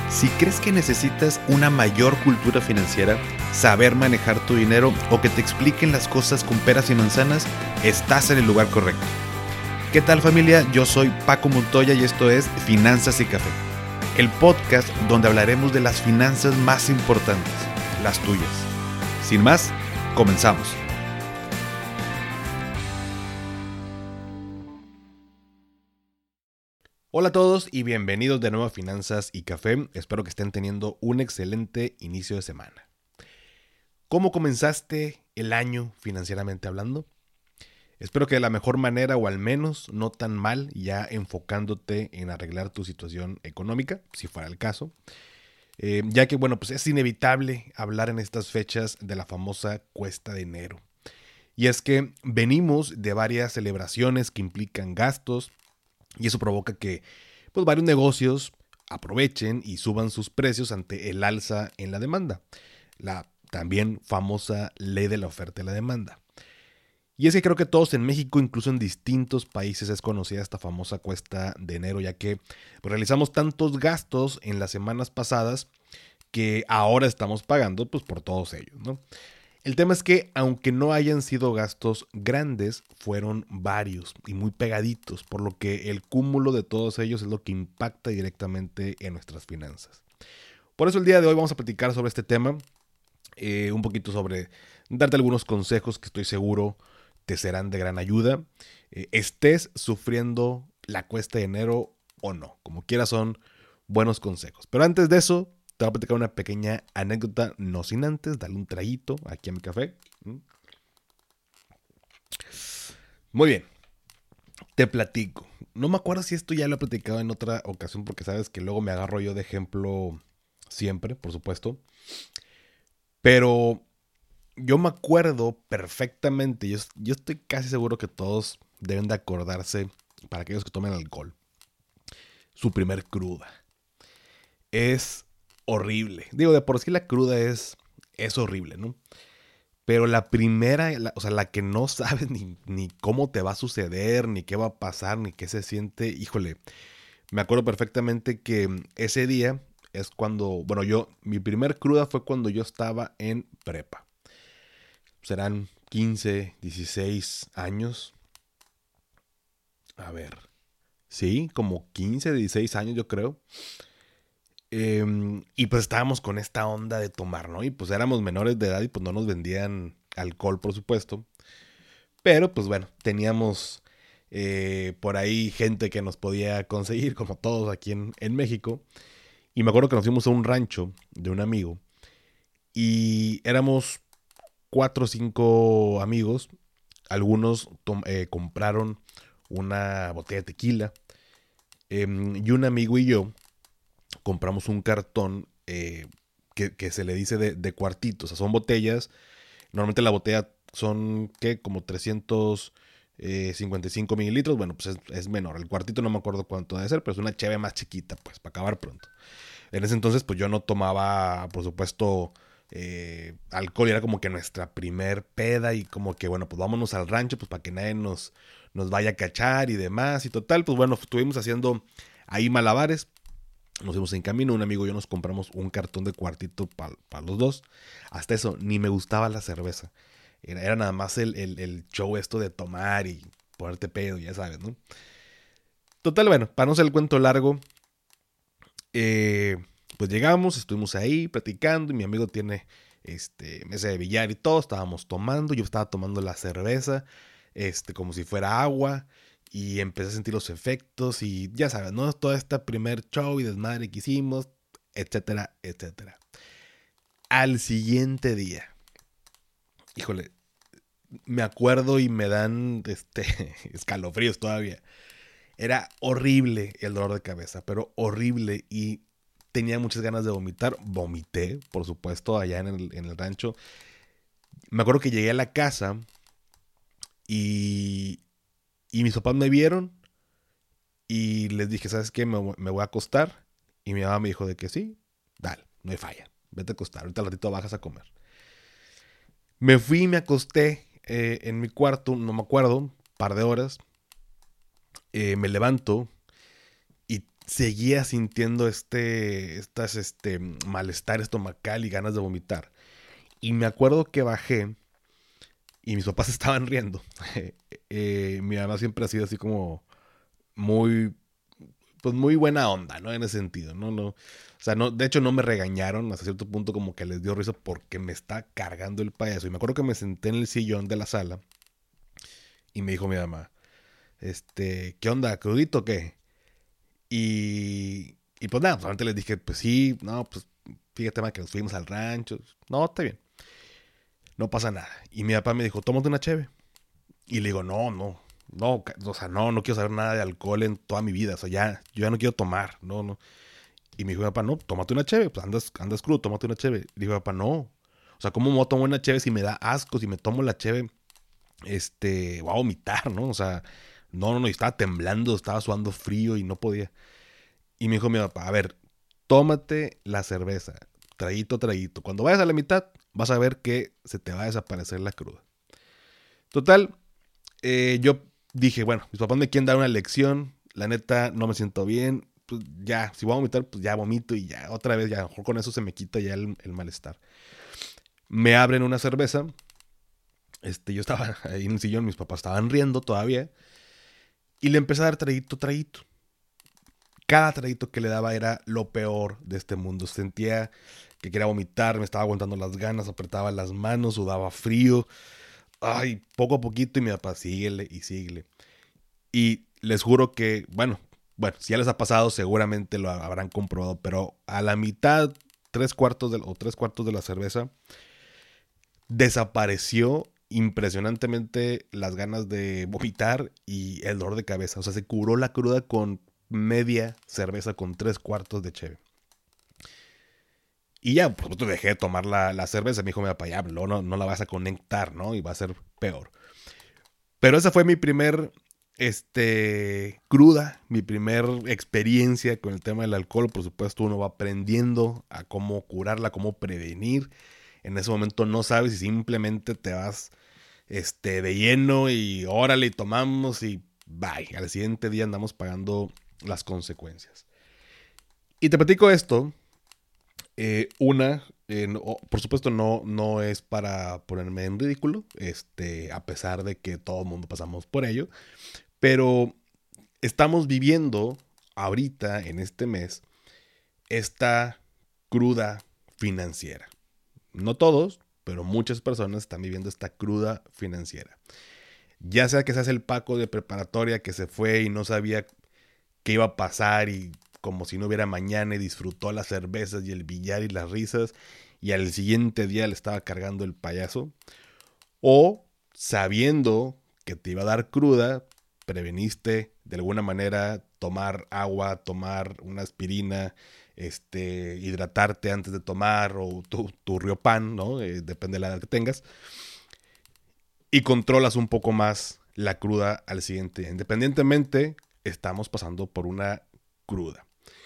Si crees que necesitas una mayor cultura financiera, saber manejar tu dinero o que te expliquen las cosas con peras y manzanas, estás en el lugar correcto. ¿Qué tal, familia? Yo soy Paco Montoya y esto es Finanzas y Café, el podcast donde hablaremos de las finanzas más importantes, las tuyas. Sin más, comenzamos. Hola a todos y bienvenidos de nuevo a Finanzas y Café. Espero que estén teniendo un excelente inicio de semana. ¿Cómo comenzaste el año financieramente hablando? Espero que de la mejor manera o al menos no tan mal, ya enfocándote en arreglar tu situación económica, si fuera el caso. Ya que pues es inevitable hablar en estas fechas de la famosa cuesta de enero. Y es que venimos de varias celebraciones que implican gastos, y eso provoca que varios negocios aprovechen y suban sus precios ante el alza en la demanda. La también famosa ley de la oferta y la demanda. Y es que creo que todos en México, incluso en distintos países, es conocida esta famosa cuesta de enero, ya que realizamos tantos gastos en las semanas pasadas que ahora estamos pagando por todos ellos, ¿no? El tema es que, aunque no hayan sido gastos grandes, fueron varios y muy pegaditos, por lo que el cúmulo de todos ellos es lo que impacta directamente en nuestras finanzas. Por eso el día de hoy vamos a platicar sobre este tema, un poquito sobre darte algunos consejos que estoy seguro te serán de gran ayuda. Estés sufriendo la cuesta de enero o no, como quieras, son buenos consejos. Pero antes de eso, te voy a platicar una pequeña anécdota, no sin antes darle un traguito aquí a mi café. Muy bien, te platico. No me acuerdo si esto ya lo he platicado en otra ocasión, porque sabes que luego me agarro yo de ejemplo siempre, por supuesto. Pero yo me acuerdo perfectamente, yo estoy casi seguro que todos deben de acordarse, para aquellos que tomen alcohol, su primer cruda. Es horrible. Digo, de por sí la cruda es horrible, ¿no? Pero la primera, la que no sabes ni cómo te va a suceder, ni qué va a pasar, ni qué se siente, híjole. Me acuerdo perfectamente que ese día es cuando, mi primer cruda fue cuando yo estaba en prepa. Serán 15, 16 años. A ver, sí, como 15, 16 años yo creo. Y pues estábamos con esta onda de tomar, ¿no? Y pues éramos menores de edad y pues no nos vendían alcohol, por supuesto. Pero pues bueno, teníamos por ahí gente que nos podía conseguir, como todos aquí en México. Y me acuerdo que nos fuimos a un rancho de un amigo. Y éramos 4 o 5 amigos. Algunos compraron una botella de tequila. Y un amigo y yo compramos un cartón que se le dice de cuartitos. O sea, son botellas. Normalmente la botella son, ¿qué? Como 355 mililitros. Bueno, pues es menor. El cuartito no me acuerdo cuánto debe ser, pero es una cheve más chiquita, pues, para acabar pronto. En ese entonces, pues yo no tomaba, por supuesto, alcohol. Y era como que nuestra primer peda. Y como que, bueno, pues vámonos al rancho, pues para que nadie nos vaya a cachar y demás. Y total, pues bueno, estuvimos haciendo ahí malabares. Nos fuimos en camino, un amigo y yo nos compramos un cartón de cuartito para los dos. Hasta eso, ni me gustaba la cerveza. Era nada más el show esto de tomar y ponerte pedo, ya sabes, ¿no? Total, bueno, para no ser el cuento largo, pues llegamos, estuvimos ahí platicando y mi amigo tiene mesa de billar y todo, estábamos tomando, yo estaba tomando la cerveza, como si fuera agua. Y empecé a sentir los efectos y ya sabes, ¿no? Todo este primer show y desmadre que hicimos, etcétera, etcétera. Al siguiente día, híjole, me acuerdo y me dan escalofríos todavía. Era horrible el dolor de cabeza, pero horrible, y tenía muchas ganas de vomitar. Vomité, por supuesto, allá en el rancho. Me acuerdo que llegué a la casa y mis papás me vieron. Y les dije, ¿sabes qué? Me voy a acostar. Y mi mamá me dijo de que sí, dale, no hay falla. Vete a acostar, ahorita al ratito bajas a comer. Me fui y me acosté en mi cuarto, no me acuerdo, un par de horas. Me levanto y seguía sintiendo malestar estomacal y ganas de vomitar. Y me acuerdo que bajé y mis papás estaban riendo. Mi mamá siempre ha sido así como muy, pues muy buena onda, ¿no? En ese sentido, ¿no? No, o sea, no, de hecho no me regañaron, hasta cierto punto como que les dio risa porque me está cargando el payaso. Y me acuerdo que me senté en el sillón de la sala y me dijo mi mamá, ¿qué onda? ¿Crudito o qué? Y pues nada, solamente les dije, pues sí, no, pues fíjate, ma, que nos fuimos al rancho. No, está bien, no pasa nada. Y mi papá me dijo, tómate una cheve. Y le digo, no, o sea, no quiero saber nada de alcohol en toda mi vida. O sea, yo ya no quiero tomar, no, no. Y me dijo, papá, no, tómate una cheve, pues andas crudo, tómate una cheve. Y dijo, papá, no. O sea, ¿cómo me voy a tomar una cheve si me da asco? Si me tomo la cheve, voy a vomitar, ¿no? O sea, no, y estaba temblando, estaba sudando frío y no podía. Y me dijo mi papá, a ver, tómate la cerveza, traguito, traguito. Cuando vayas a la mitad, vas a ver que se te va a desaparecer la cruda. Total, yo dije, bueno, mis papás me quieren dar una lección, la neta no me siento bien, pues ya, si voy a vomitar, pues ya vomito y ya, otra vez, ya, a lo mejor con eso se me quita ya el malestar. Me abren una cerveza, yo estaba ahí en el sillón, mis papás estaban riendo todavía, y le empecé a dar traguito, traguito. Cada traguito que le daba era lo peor de este mundo. Sentía que quería vomitar, me estaba aguantando las ganas, apretaba las manos, sudaba frío. Ay, poco a poquito y mi papá, síguele y síguele. Y les juro que, bueno, si ya les ha pasado, seguramente lo habrán comprobado, pero a la mitad, tres cuartos de la cerveza, desapareció impresionantemente las ganas de vomitar y el dolor de cabeza. O sea, se curó la cruda con media cerveza, con tres cuartos de cheve. Y ya, por supuesto, dejé de tomar la cerveza. Me dijo mi papá, ya, no la vas a conectar, ¿no? Y va a ser peor. Pero esa fue mi primer cruda, mi primer experiencia con el tema del alcohol. Por supuesto, uno va aprendiendo a cómo curarla, cómo prevenir. En ese momento no sabes si simplemente te vas de lleno y órale y tomamos y bye. Al siguiente día andamos pagando las consecuencias. Y te platico esto. Por supuesto, no es para ponerme en ridículo, a pesar de que todo el mundo pasamos por ello. Pero estamos viviendo ahorita, en este mes, esta cruda financiera. No todos, pero muchas personas están viviendo esta cruda financiera. Ya sea que seas el Paco de preparatoria que se fue y no sabía qué iba a pasar y como si no hubiera mañana y disfrutó las cervezas y el billar y las risas y al siguiente día le estaba cargando el payaso. O sabiendo que te iba a dar cruda, preveniste de alguna manera tomar agua, tomar una aspirina, hidratarte antes de tomar o tu Riopan, ¿no? Depende de la edad que tengas. Y controlas un poco más la cruda al siguiente día. Independientemente, estamos pasando por una cruda.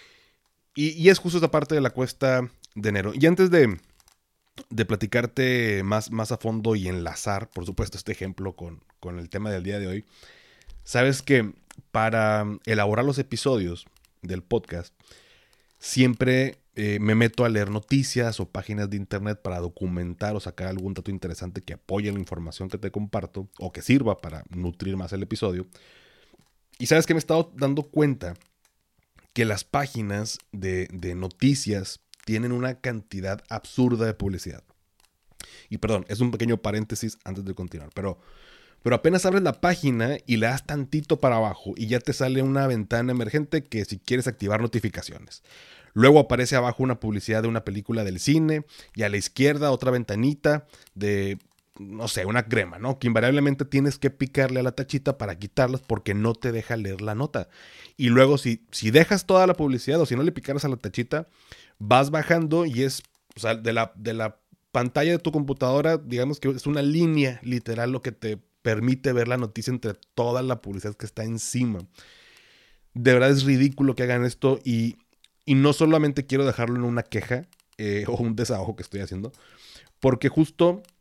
Y es justo esta parte de la cuesta de enero. Y antes de platicarte más a fondo y enlazar, por supuesto, este ejemplo con el tema del día de hoy, sabes que para elaborar los episodios del podcast, siempre me meto a leer noticias o páginas de internet para documentar o sacar algún dato interesante que apoye la información que te comparto o que sirva para nutrir más el episodio. Y sabes que me he estado dando cuenta que las páginas de noticias tienen una cantidad absurda de publicidad. Y perdón, es un pequeño paréntesis antes de continuar, pero apenas abres la página y le das tantito para abajo y ya te sale una ventana emergente que si quieres activar notificaciones. Luego aparece abajo una publicidad de una película del cine y a la izquierda otra ventanita de, no sé, una crema, ¿no? Que invariablemente tienes que picarle a la tachita para quitarlas porque no te deja leer la nota. Y luego si dejas toda la publicidad o si no le picaras a la tachita, vas bajando y es, o sea, de la pantalla de tu computadora, digamos que es una línea literal lo que te permite ver la noticia entre toda la publicidad que está encima. De verdad es ridículo que hagan esto y no solamente quiero dejarlo en una queja o un desahogo que estoy haciendo, porque justo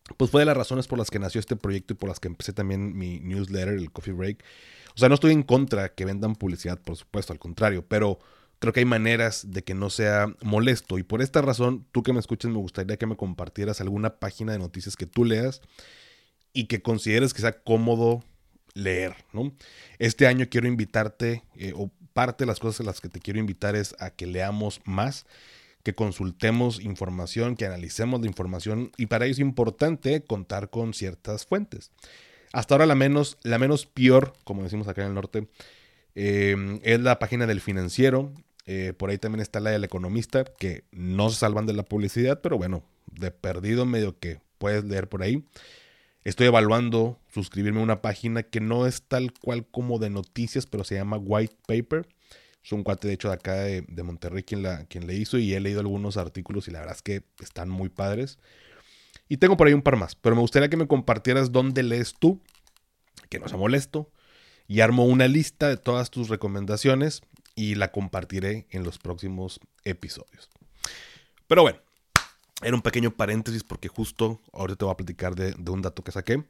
pues fue de las razones por las que nació este proyecto y por las que empecé también mi newsletter, el Coffee Break. O sea, no estoy en contra que vendan publicidad, por supuesto, al contrario, pero creo que hay maneras de que no sea molesto. Y por esta razón, tú que me escuches, me gustaría que me compartieras alguna página de noticias que tú leas y que consideres que sea cómodo leer, ¿no? Este año quiero invitarte, o parte de las cosas a las que te quiero invitar es a que leamos más, que consultemos información, que analicemos la información, y para ello es importante contar con ciertas fuentes. Hasta ahora la menos peor, como decimos acá en el norte, es la página del Financiero. Por ahí también está la del Economista, que no se salvan de la publicidad, pero bueno, de perdido medio que puedes leer por ahí. Estoy evaluando suscribirme a una página que no es tal cual como de noticias, pero se llama White Paper. Es un cuate de hecho de acá de Monterrey quien le hizo, y he leído algunos artículos y la verdad es que están muy padres. Y tengo por ahí un par más, pero me gustaría que me compartieras dónde lees tú, que no sea molesto, y armo una lista de todas tus recomendaciones y la compartiré en los próximos episodios. Pero bueno, era un pequeño paréntesis porque justo ahorita te voy a platicar de un dato que saqué.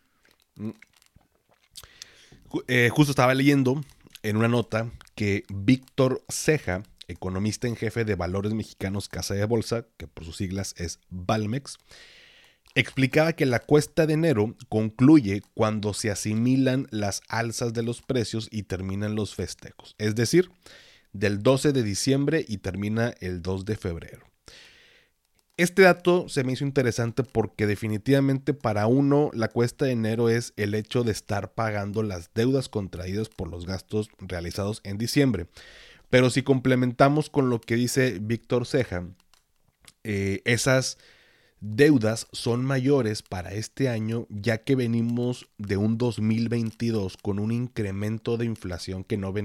Justo estaba leyendo en una nota que Víctor Ceja, economista en jefe de Valores Mexicanos Casa de Bolsa, que por sus siglas es Valmex, explicaba que la cuesta de enero concluye cuando se asimilan las alzas de los precios y terminan los festejos, es decir, del 12 de diciembre y termina el 2 de febrero. Este dato se me hizo interesante porque definitivamente para uno la cuesta de enero es el hecho de estar pagando las deudas contraídas por los gastos realizados en diciembre. Pero si complementamos con lo que dice Víctor Ceja, esas deudas son mayores para este año, ya que venimos de un 2022 con un incremento de inflación que no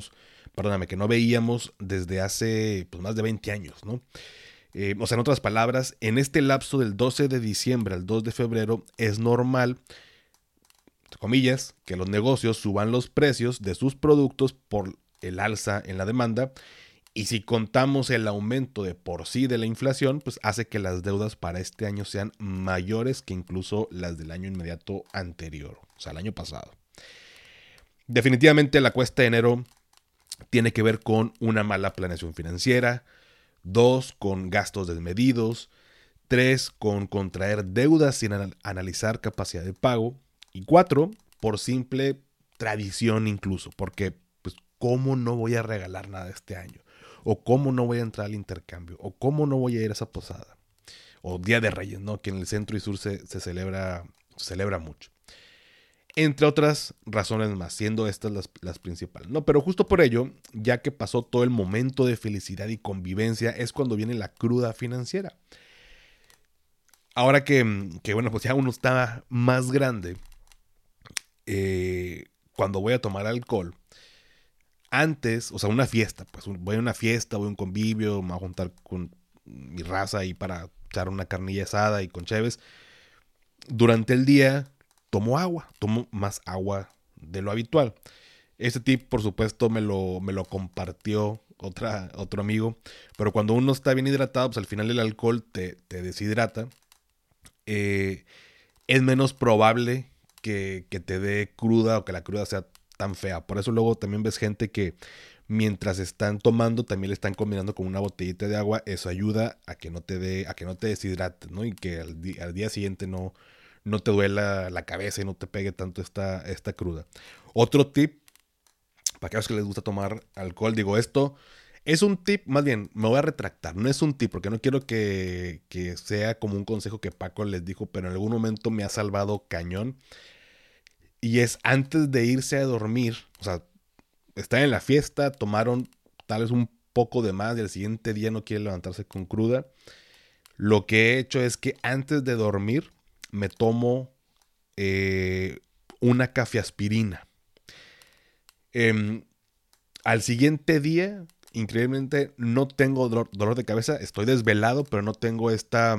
veíamos desde hace pues, más de 20 años, ¿no? O sea, en otras palabras, en este lapso del 12 de diciembre al 2 de febrero es normal, entre comillas, que los negocios suban los precios de sus productos por el alza en la demanda. Y si contamos el aumento de por sí de la inflación, pues hace que las deudas para este año sean mayores que incluso las del año inmediato anterior, o sea, el año pasado. Definitivamente la cuesta de enero tiene que ver con una mala planeación financiera, 2, con gastos desmedidos, 3, con contraer deudas sin analizar capacidad de pago, y 4, por simple tradición incluso, porque pues ¿cómo no voy a regalar nada este año? O cómo no voy a entrar al intercambio, o cómo no voy a ir a esa posada, o Día de Reyes, ¿no? Que en el centro y sur se celebra mucho. Entre otras razones más, siendo estas las principales, ¿no? Pero justo por ello, ya que pasó todo el momento de felicidad y convivencia, es cuando viene la cruda financiera. Ahora que bueno, pues ya uno está más grande, cuando voy a tomar alcohol, antes, o sea, una fiesta, pues voy a una fiesta, voy a un convivio, me voy a juntar con mi raza ahí para echar una carnilla asada y con cheves. Durante el día tomo más agua de lo habitual. Este tip, por supuesto, me lo compartió otro amigo, pero cuando uno está bien hidratado, pues al final el alcohol te deshidrata. Es menos probable que te dé cruda o que la cruda sea tan fea. Por eso luego también ves gente que mientras están tomando también le están combinando con una botellita de agua. Eso ayuda a que no te deshidrates, ¿no? Y que al día siguiente no te duela la cabeza y no te pegue tanto esta cruda. Otro tip, para aquellos que les gusta tomar alcohol, digo, esto es un tip, más bien, me voy a retractar, no es un tip, porque no quiero que sea como un consejo que Paco les dijo, pero en algún momento me ha salvado cañón. Y es antes de irse a dormir, o sea, están en la fiesta, tomaron tal vez un poco de más y al siguiente día no quieren levantarse con cruda. Lo que he hecho es que antes de dormir me tomo una cafeaspirina. Al siguiente día, increíblemente, no tengo dolor de cabeza. Estoy desvelado, pero no tengo esta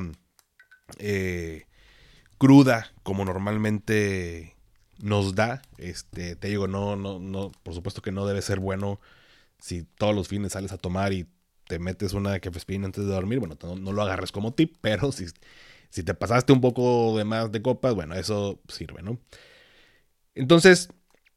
cruda como normalmente nos da. Te digo, no, por supuesto que no debe ser bueno si todos los fines sales a tomar y te metes una cafeaspirina antes de dormir. Bueno, no lo agarres como tip, pero Si te pasaste un poco de más de copas, bueno, eso sirve, ¿no? Entonces,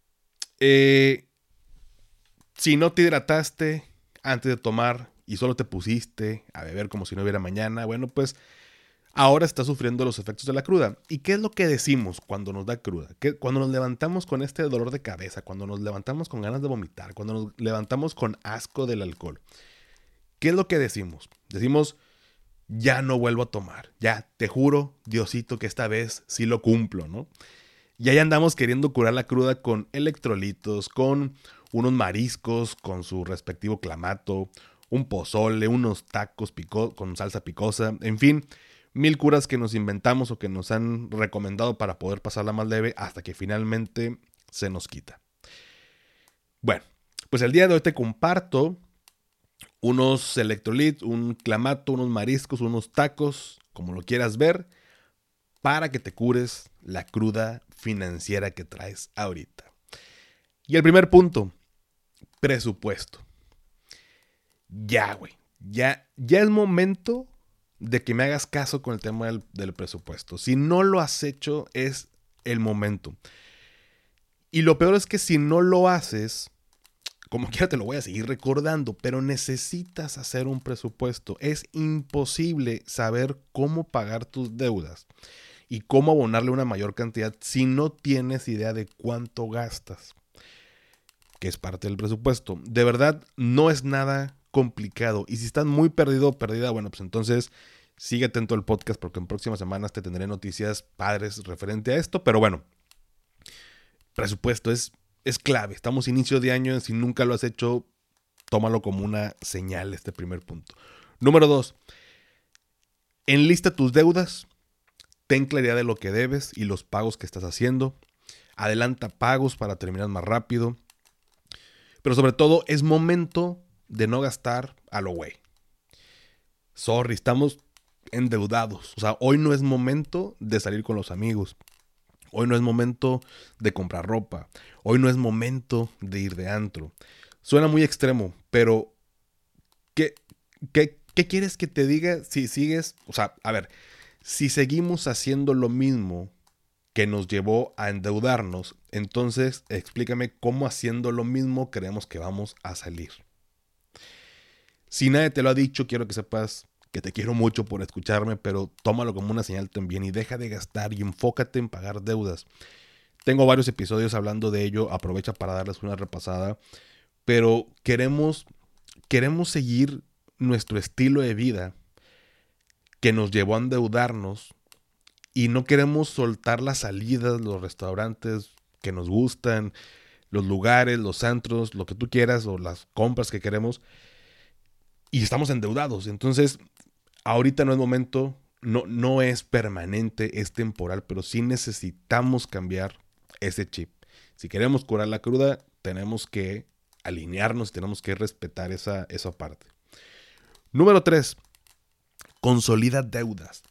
si no te hidrataste antes de tomar y solo te pusiste a beber como si no hubiera mañana, bueno, pues ahora estás sufriendo los efectos de la cruda. ¿Y qué es lo que decimos cuando nos da cruda? Cuando nos levantamos con este dolor de cabeza, cuando nos levantamos con ganas de vomitar, cuando nos levantamos con asco del alcohol, ¿qué es lo que decimos? Decimos, ya no vuelvo a tomar. Ya, te juro, Diosito, que esta vez sí lo cumplo, ¿no? Y ahí andamos queriendo curar la cruda con electrolitos, con unos mariscos, con su respectivo clamato, un pozole, unos tacos con salsa picosa, en fin, mil curas que nos inventamos o que nos han recomendado para poder pasarla más leve hasta que finalmente se nos quita. Bueno, pues el día de hoy te comparto unos electrolitos, un clamato, unos mariscos, unos tacos, como lo quieras ver, para que te cures la cruda financiera que traes ahorita. Y el primer punto, presupuesto. Ya, güey. Ya es momento de que me hagas caso con el tema del presupuesto. Si no lo has hecho, es el momento. Y lo peor es que si no lo haces, como quiera te lo voy a seguir recordando, pero necesitas hacer un presupuesto. Es imposible saber cómo pagar tus deudas y cómo abonarle una mayor cantidad si no tienes idea de cuánto gastas, que es parte del presupuesto. De verdad, no es nada complicado. Y si estás muy perdido o perdida, bueno, pues entonces sigue atento al podcast porque en próximas semanas te tendré noticias padres referente a esto. Pero bueno, presupuesto es clave. Estamos inicio de año. Si nunca lo has hecho, tómalo como una señal este primer punto. Número 2. Enlista tus deudas. Ten claridad de lo que debes y los pagos que estás haciendo. Adelanta pagos para terminar más rápido. Pero sobre todo es momento de no gastar a lo güey. Sorry, estamos endeudados. O sea, hoy no es momento de salir con los amigos. Hoy no es momento de comprar ropa. Hoy no es momento de ir de antro. Suena muy extremo, pero ¿qué quieres que te diga si sigues? O sea, a ver, si seguimos haciendo lo mismo que nos llevó a endeudarnos, entonces explícame cómo haciendo lo mismo creemos que vamos a salir. Si nadie te lo ha dicho, quiero que sepas que te quiero mucho por escucharme, pero tómalo como una señal también y deja de gastar y enfócate en pagar deudas. Tengo varios episodios hablando de ello, aprovecha para darles una repasada, pero queremos seguir nuestro estilo de vida que nos llevó a endeudarnos y no queremos soltar las salidas, los restaurantes que nos gustan, los lugares, los antros, lo que tú quieras o las compras que queremos y estamos endeudados. Entonces, ahorita no es momento, no es permanente, es temporal, pero sí necesitamos cambiar ese chip. Si queremos curar la cruda, tenemos que alinearnos, tenemos que respetar esa parte. Número 3, consolida deudas.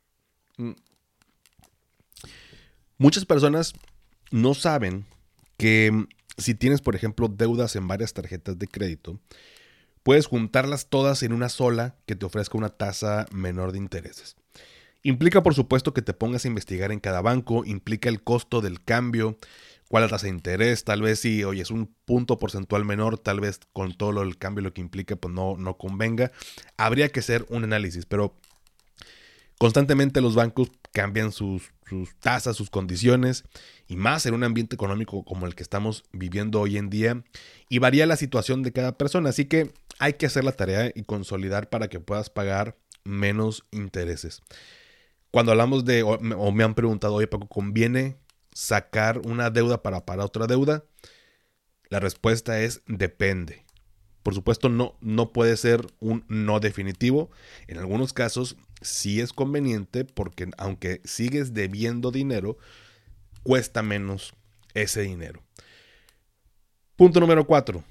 Muchas personas no saben que si tienes, por ejemplo, deudas en varias tarjetas de crédito, puedes juntarlas todas en una sola que te ofrezca una tasa menor de intereses. Implica, por supuesto, que te pongas a investigar en cada banco, implica el costo del cambio, cuál es la tasa de interés, tal vez si, oye, es un punto porcentual menor, tal vez con todo el cambio lo que implica, pues no convenga. Habría que hacer un análisis, pero constantemente los bancos cambian sus tasas, sus condiciones, y más en un ambiente económico como el que estamos viviendo hoy en día, y varía la situación de cada persona, así que hay que hacer la tarea y consolidar para que puedas pagar menos intereses. Cuando hablamos de, o me han preguntado, oye Paco, ¿conviene sacar una deuda para pagar otra deuda? La respuesta es depende. Por supuesto, no puede ser un no definitivo. En algunos casos sí es conveniente porque aunque sigues debiendo dinero, cuesta menos ese dinero. Punto número 4.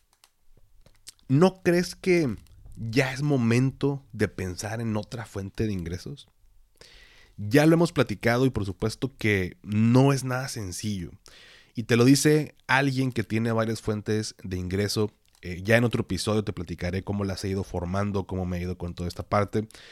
¿No crees que ya es momento de pensar en otra fuente de ingresos? Ya lo hemos platicado y por supuesto que no es nada sencillo. Y te lo dice alguien que tiene varias fuentes de ingreso. Ya en otro episodio te platicaré cómo las he ido formando, cómo me he ido con toda esta parte.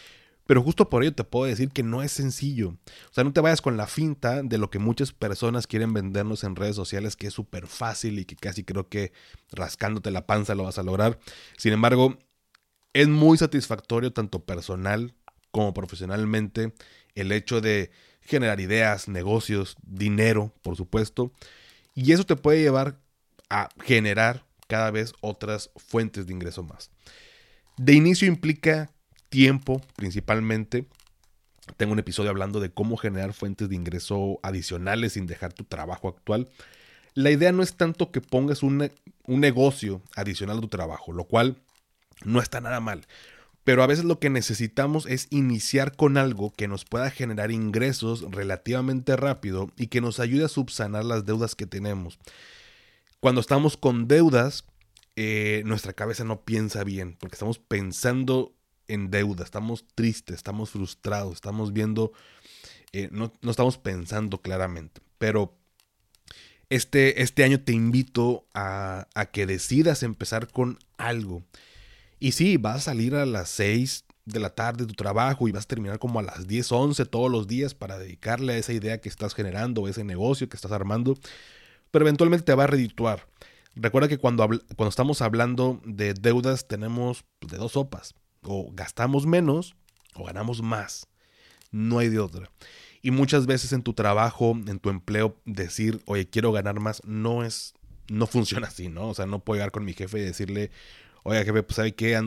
Pero justo por ello te puedo decir que no es sencillo. O sea, no te vayas con la finta de lo que muchas personas quieren vendernos en redes sociales, que es súper fácil y que casi creo que rascándote la panza lo vas a lograr. Sin embargo, es muy satisfactorio tanto personal como profesionalmente el hecho de generar ideas, negocios, dinero, por supuesto. Y eso te puede llevar a generar cada vez otras fuentes de ingreso más. De inicio implica tiempo principalmente. Tengo un episodio hablando de cómo generar fuentes de ingreso adicionales sin dejar tu trabajo actual. La idea no es tanto que pongas un negocio adicional a tu trabajo, lo cual no está nada mal. Pero a veces lo que necesitamos es iniciar con algo que nos pueda generar ingresos relativamente rápido y que nos ayude a subsanar las deudas que tenemos. Cuando estamos con deudas, nuestra cabeza no piensa bien, porque estamos pensando en deuda, estamos tristes, estamos frustrados, estamos viendo, no estamos pensando claramente. Pero este año te invito a que decidas empezar con algo. Y sí, vas a salir a las 6 de la tarde de tu trabajo y vas a terminar como a las 10, 11 todos los días para dedicarle a esa idea que estás generando, ese negocio que estás armando, pero eventualmente te va a redituar. Recuerda que cuando estamos hablando de deudas tenemos de dos sopas, o gastamos menos o ganamos más, no hay de otra. Y muchas veces en tu trabajo, en tu empleo, decir, oye, quiero ganar más, no funciona así, ¿no? O sea, no puedo llegar con mi jefe y decirle, oiga, jefe, pues ¿sabe qué?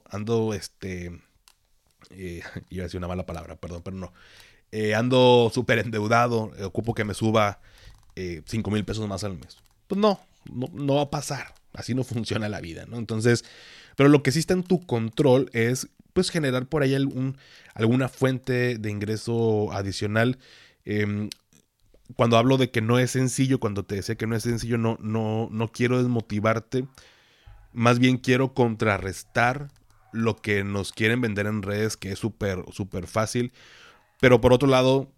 Iba a decir una mala palabra, perdón, pero no. Ando súper endeudado, ocupo que me suba 5,000 pesos más al mes. Pues no va a pasar. Así no funciona la vida, ¿no? Entonces, pero lo que sí está en tu control es, pues, generar por ahí alguna fuente de ingreso adicional. Cuando hablo de que no es sencillo, cuando te decía que no es sencillo, no quiero desmotivarte. Más bien quiero contrarrestar lo que nos quieren vender en redes, que es súper, súper fácil. Pero por otro lado,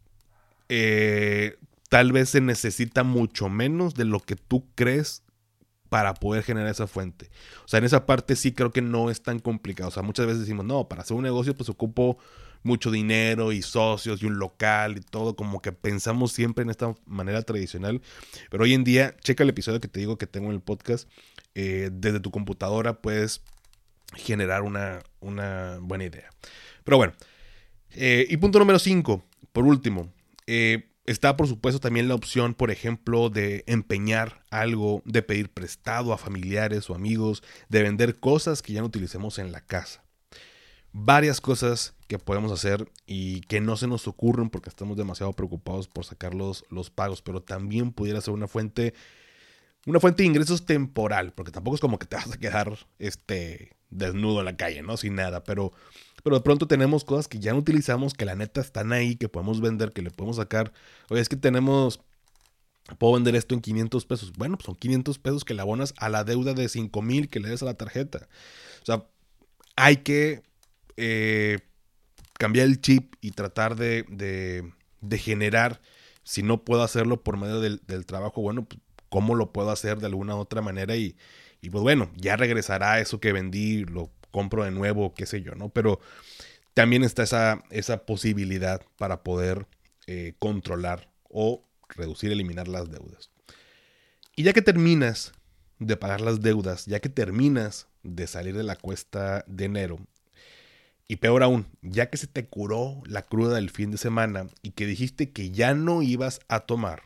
tal vez se necesita mucho menos de lo que tú crees para poder generar esa fuente. O sea, en esa parte sí creo que no es tan complicado. O sea, muchas veces decimos, no, para hacer un negocio pues ocupo mucho dinero y socios y un local y todo, como que pensamos siempre en esta manera tradicional. Pero hoy en día, checa el episodio que te digo que tengo en el podcast. Desde tu computadora puedes generar una buena idea. Pero bueno, y punto número 5, por último, está por supuesto también la opción, por ejemplo, de empeñar algo, de pedir prestado a familiares o amigos, de vender cosas que ya no utilicemos en la casa. Varias cosas que podemos hacer y que no se nos ocurren porque estamos demasiado preocupados por sacar los pagos, pero también pudiera ser una fuente de ingresos temporal, porque tampoco es como que te vas a quedar desnudo en la calle, ¿no? Sin nada, pero de pronto tenemos cosas que ya no utilizamos, que la neta están ahí, que podemos vender, que le podemos sacar. Oye, es que puedo vender esto en 500 pesos. Bueno, pues son 500 pesos que le abonas a la deuda de 5,000 que le des a la tarjeta. O sea, hay que cambiar el chip y tratar de generar, si no puedo hacerlo por medio del trabajo, bueno, pues cómo lo puedo hacer de alguna u otra manera y pues bueno, ya regresará eso que vendí, lo compro de nuevo, qué sé yo, ¿no? Pero también está esa posibilidad para poder controlar o reducir, eliminar las deudas. Y ya que terminas de pagar las deudas, ya que terminas de salir de la cuesta de enero, y peor aún, ya que se te curó la cruda del fin de semana y que dijiste que ya no ibas a tomar,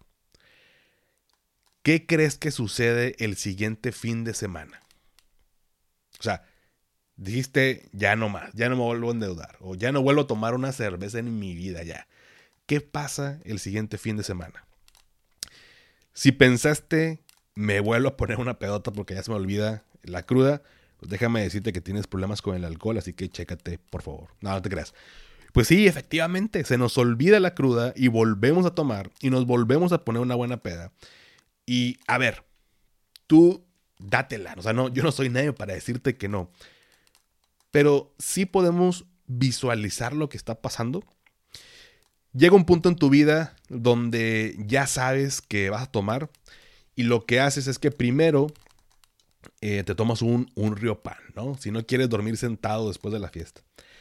¿qué crees que sucede el siguiente fin de semana? O sea, dijiste ya no más, ya no me vuelvo a endeudar o ya no vuelvo a tomar una cerveza en mi vida ya. ¿Qué pasa el siguiente fin de semana? Si pensaste me vuelvo a poner una pedota porque ya se me olvida la cruda, pues déjame decirte que tienes problemas con el alcohol, así que chécate, por favor. No te creas. Pues sí, efectivamente, se nos olvida la cruda y volvemos a tomar y nos volvemos a poner una buena peda. Y a ver, tú dátela. O sea, no, yo no soy nadie para decirte que no. Pero sí podemos visualizar lo que está pasando. Llega un punto en tu vida donde ya sabes que vas a tomar y lo que haces es que primero te tomas un riopan, ¿no? Si no quieres dormir sentado después de la fiesta.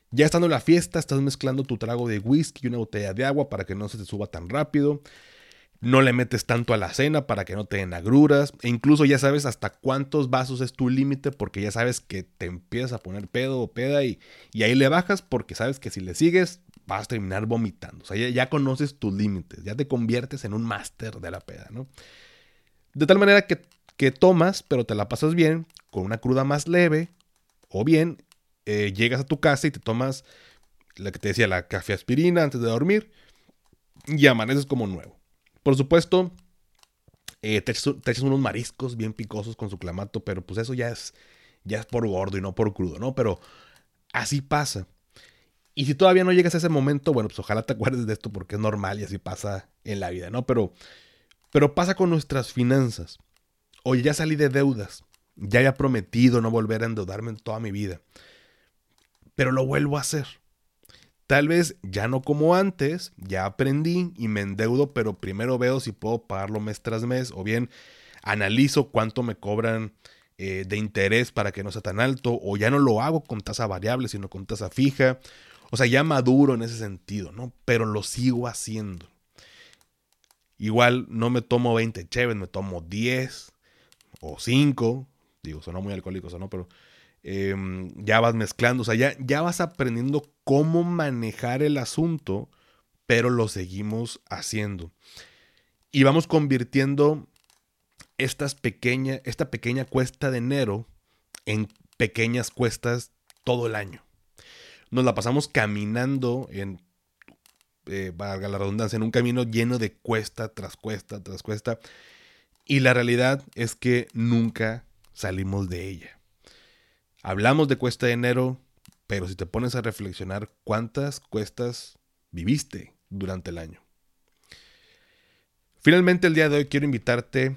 Ya estando en la fiesta, estás mezclando tu trago de whisky y una botella de agua para que no se te suba tan rápido. No le metes tanto a la cena para que no te den agruras. E incluso ya sabes hasta cuántos vasos es tu límite porque ya sabes que te empiezas a poner pedo o peda y ahí le bajas porque sabes que si le sigues vas a terminar vomitando. O sea, ya conoces tus límites. Ya te conviertes en un máster de la peda, ¿no? De tal manera que tomas, pero te la pasas bien, con una cruda más leve. O bien, llegas a tu casa y te tomas, la que te decía, la café aspirina antes de dormir. Y amaneces como nuevo. Por supuesto, te echas unos mariscos bien picosos con su clamato, pero pues eso ya es por gordo y no por crudo, ¿no? Pero así pasa. Y si todavía no llegas a ese momento, bueno, pues ojalá te acuerdes de esto porque es normal y así pasa en la vida, ¿no? Pero pasa con nuestras finanzas. Oye, ya salí de deudas. Ya había prometido no volver a endeudarme en toda mi vida. Pero lo vuelvo a hacer. Tal vez ya no como antes, ya aprendí y me endeudo, pero primero veo si puedo pagarlo mes tras mes o bien analizo cuánto me cobran de interés para que no sea tan alto o ya no lo hago con tasa variable sino con tasa fija. O sea, ya maduro en ese sentido, ¿no? Pero lo sigo haciendo. Igual no me tomo 20 cheves, me tomo 10 o 5. Digo, sonó muy alcohólico, ¿no? Pero ya vas mezclando, o sea, ya vas aprendiendo cómo manejar el asunto, pero lo seguimos haciendo. Y vamos convirtiendo esta pequeña cuesta de enero en pequeñas cuestas todo el año. Nos la pasamos caminando valga la redundancia, en un camino lleno de cuesta tras cuesta tras cuesta. Y la realidad es que nunca salimos de ella. Hablamos de cuesta de enero, pero si te pones a reflexionar, ¿cuántas cuestas viviste durante el año? Finalmente, el día de hoy quiero invitarte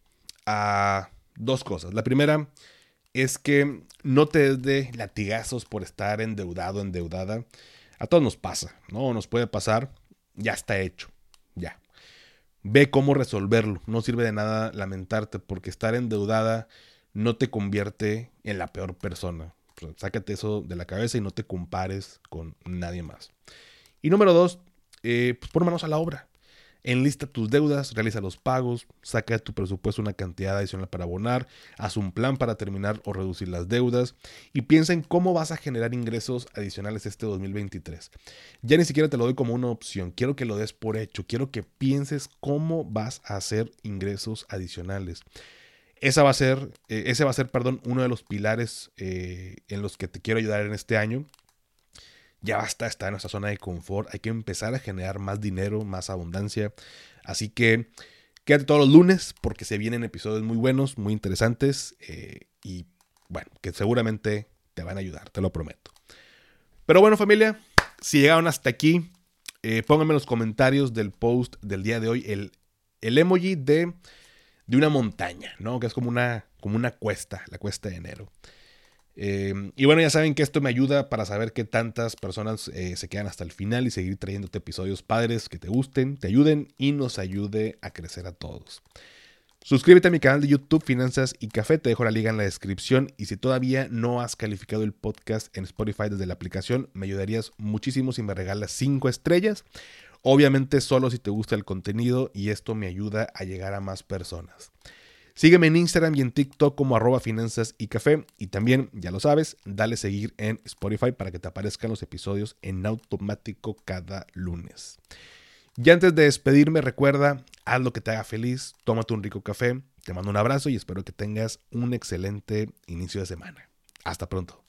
a dos cosas. La primera es que no te des de latigazos por estar endeudado, endeudada. A todos nos pasa, ¿no? Nos puede pasar, ya está hecho, ya. Ve cómo resolverlo. No sirve de nada lamentarte porque estar endeudada no te convierte en la peor persona. O sea, sácate eso de la cabeza y no te compares con nadie más. Y número dos, pues pon manos a la obra. Enlista tus deudas, realiza los pagos, saca de tu presupuesto una cantidad adicional para abonar, haz un plan para terminar o reducir las deudas y piensa en cómo vas a generar ingresos adicionales este 2023. Ya ni siquiera te lo doy como una opción, quiero que lo des por hecho, quiero que pienses cómo vas a hacer ingresos adicionales. Ese va a ser, uno de los pilares en los que te quiero ayudar en este año. Ya basta estar en nuestra zona de confort. Hay que empezar a generar más dinero, más abundancia. Así que quédate todos los lunes porque se vienen episodios muy buenos, muy interesantes y bueno, que seguramente te van a ayudar, te lo prometo. Pero bueno, familia, si llegaron hasta aquí, pónganme en los comentarios del post del día de hoy el emoji de una montaña, ¿no? Que es como una cuesta, la cuesta de enero. Y bueno, ya saben que esto me ayuda para saber qué tantas personas se quedan hasta el final y seguir trayéndote episodios padres que te gusten, te ayuden y nos ayude a crecer a todos. Suscríbete a mi canal de YouTube Finanzas y Café, te dejo la liga en la descripción y si todavía no has calificado el podcast en Spotify desde la aplicación, me ayudarías muchísimo si me regalas 5 estrellas. Obviamente solo si te gusta el contenido y esto me ayuda a llegar a más personas. Sígueme en Instagram y en TikTok como @finanzas y café. Y también, ya lo sabes, dale seguir en Spotify para que te aparezcan los episodios en automático cada lunes. Y antes de despedirme, recuerda, haz lo que te haga feliz, tómate un rico café, te mando un abrazo y espero que tengas un excelente inicio de semana. Hasta pronto.